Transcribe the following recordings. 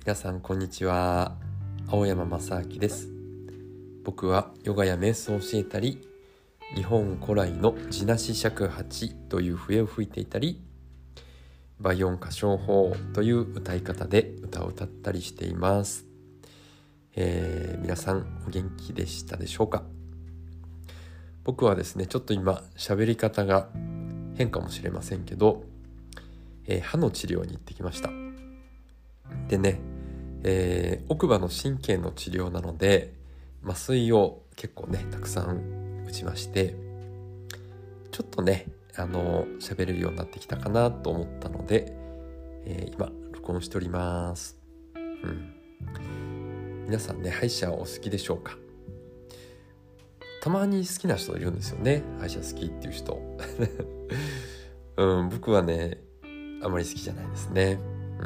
皆さんこんにちは。青山正明です。僕はヨガや瞑想を教えたり、日本古来の地なし尺八という笛を吹いていたり、倍音歌唱法という歌い方で歌を歌ったりしています。皆さんお元気でしたでしょうか。僕はですね、ちょっと今喋り方が変かもしれませんけど、歯の治療に行ってきました。でね、奥歯の神経の治療なので麻酔を結構ねたくさん打ちまして、ちょっとね喋れるようになってきたかなと思ったので、今録音しております。皆さんね、歯医者お好きでしょうか。たまに好きな人いるんですよね、歯医者好きっていう人僕はねあまり好きじゃないですね。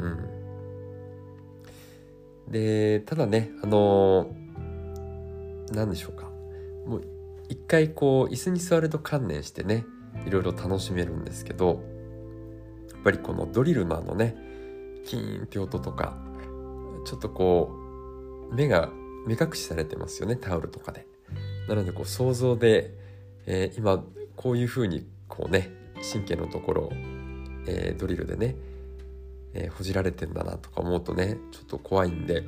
でただね何でしょうか、もう一回こう椅子に座ると観念してねいろいろ楽しめるんですけど、やっぱりこのドリルのねキーンって音とか、ちょっとこう目隠しされてますよね、タオルとかで。なのでこう想像で、今こういう風にこうね神経のところを、ドリルでねほじられてんだなとか思うとねちょっと怖いんで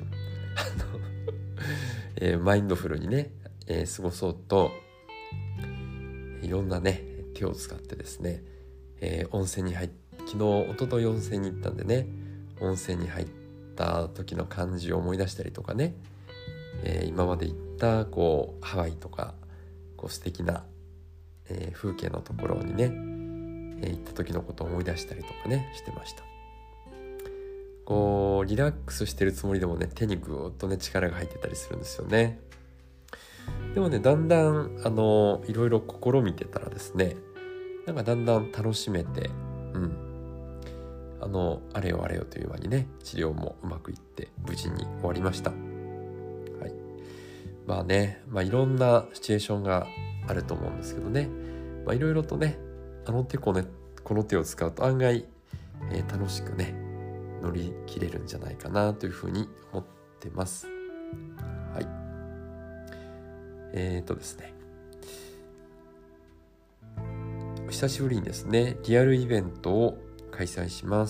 マインドフルにね、過ごそうといろんなね手を使ってですね、温泉に昨日一昨日温泉に行ったんでね、温泉に入った時の感じを思い出したりとかね、今まで行ったこうハワイとかこう素敵な、風景のところにね、行った時のことを思い出したりとかねしてました。こうリラックスしてるつもりでもね手にぐーっとね力が入ってたりするんですよね。でもねだんだんいろいろ試みてたらですね、なんかだんだん楽しめて、あれよあれよという間にね治療もうまくいって無事に終わりました。まあね、いろんなシチュエーションがあると思うんですけどね、いろいろとねこの手を使うと案外、楽しくね乗り切れるんじゃないかなというふうに思ってます。ですね、久しぶりにですねリアルイベントを開催します。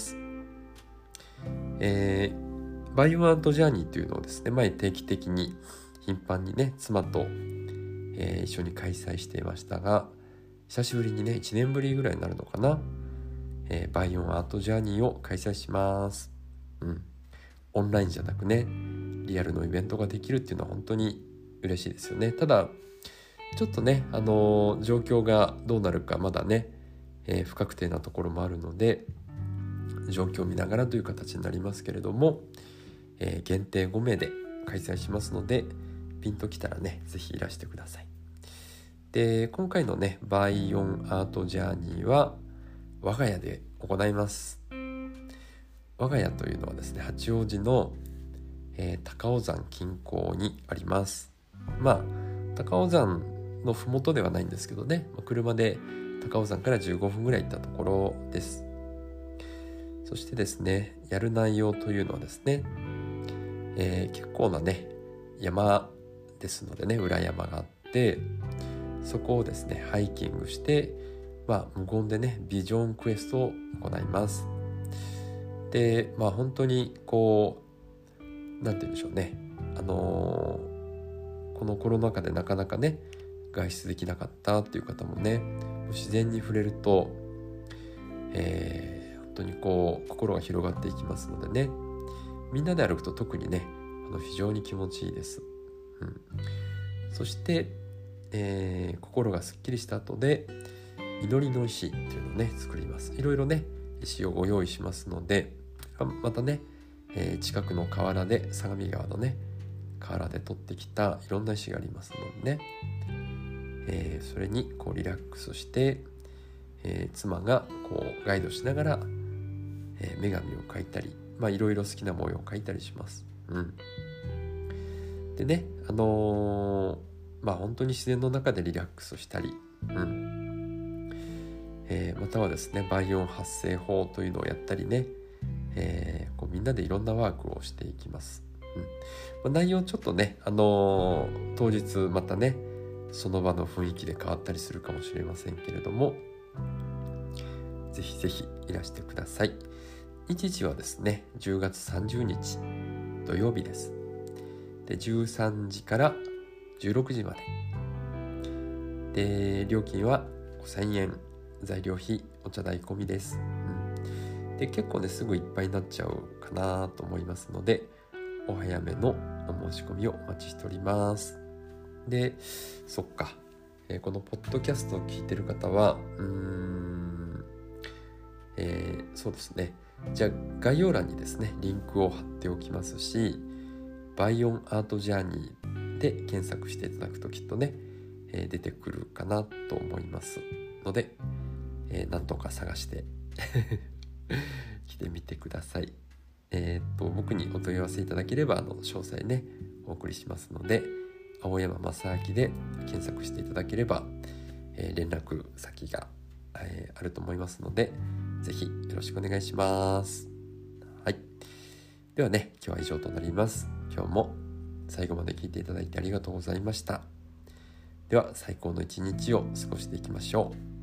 バイオアントジャーニーというのをですね前定期的に頻繁にね妻と、一緒に開催していましたが、久しぶりにね1年ぶりぐらいになるのかな、バイオアートジャーニーを開催します。オンラインじゃなくねリアルのイベントができるっていうのは本当に嬉しいですよね。ただちょっとね状況がどうなるかまだね、不確定なところもあるので状況を見ながらという形になりますけれども、限定5名で開催しますので、ピンときたらねぜひいらしてください。で今回のねバイオンアートジャーニーは我が家で行います。我が家というのはですね八王子の、高尾山近郊にあります。高尾山のふもとではないんですけどね、車で高尾山から15分ぐらい行ったところです。そしてですねやる内容というのはですね、結構なね山ですのでね、裏山があってそこをですねハイキングして、無言でねビジョンクエストを行います。で本当にこうなんて言うんでしょうね、このコロナ禍でなかなかね外出できなかったっていう方もね自然に触れると、本当にこう心が広がっていきますのでね、みんなで歩くと特にね非常に気持ちいいです。そして、心がすっきりした後で祈りの石っていうのをね作ります。いろいろね石をご用意しますので、またね、近くの河原で相模川のね河原で取ってきたいろんな石がありますのでね、それにこうリラックスして、妻がこうガイドしながら、女神を描いたり、いろいろ好きな模様を描いたりします。でね本当に自然の中でリラックスしたり、またはですねバイオン発声法というのをやったりね、 こうみんなでいろんなワークをしていきます。内容ちょっとね、当日またねその場の雰囲気で変わったりするかもしれませんけれども、ぜひぜひいらしてください。日時はですね10月30日土曜日です。で13時から16時まで。で料金は5000円、材料費お茶代込みです。で結構ねすぐいっぱいになっちゃうかなと思いますので、お早めのお申し込みをお待ちしております。でそっか、このポッドキャストを聞いてる方はそうですね、じゃあ概要欄にですねリンクを貼っておきますし、バイオンアートジャーニーで検索していただくときっとね、出てくるかなと思いますので、なんとか探して来てみてください。僕にお問い合わせいただければ詳細ねお送りしますので、青山正明で検索していただければ、連絡先が、あると思いますので、ぜひよろしくお願いします。はい。ではね、今日は以上となります。今日も最後まで聞いていただいてありがとうございました。では最高の一日を過ごしていきましょう。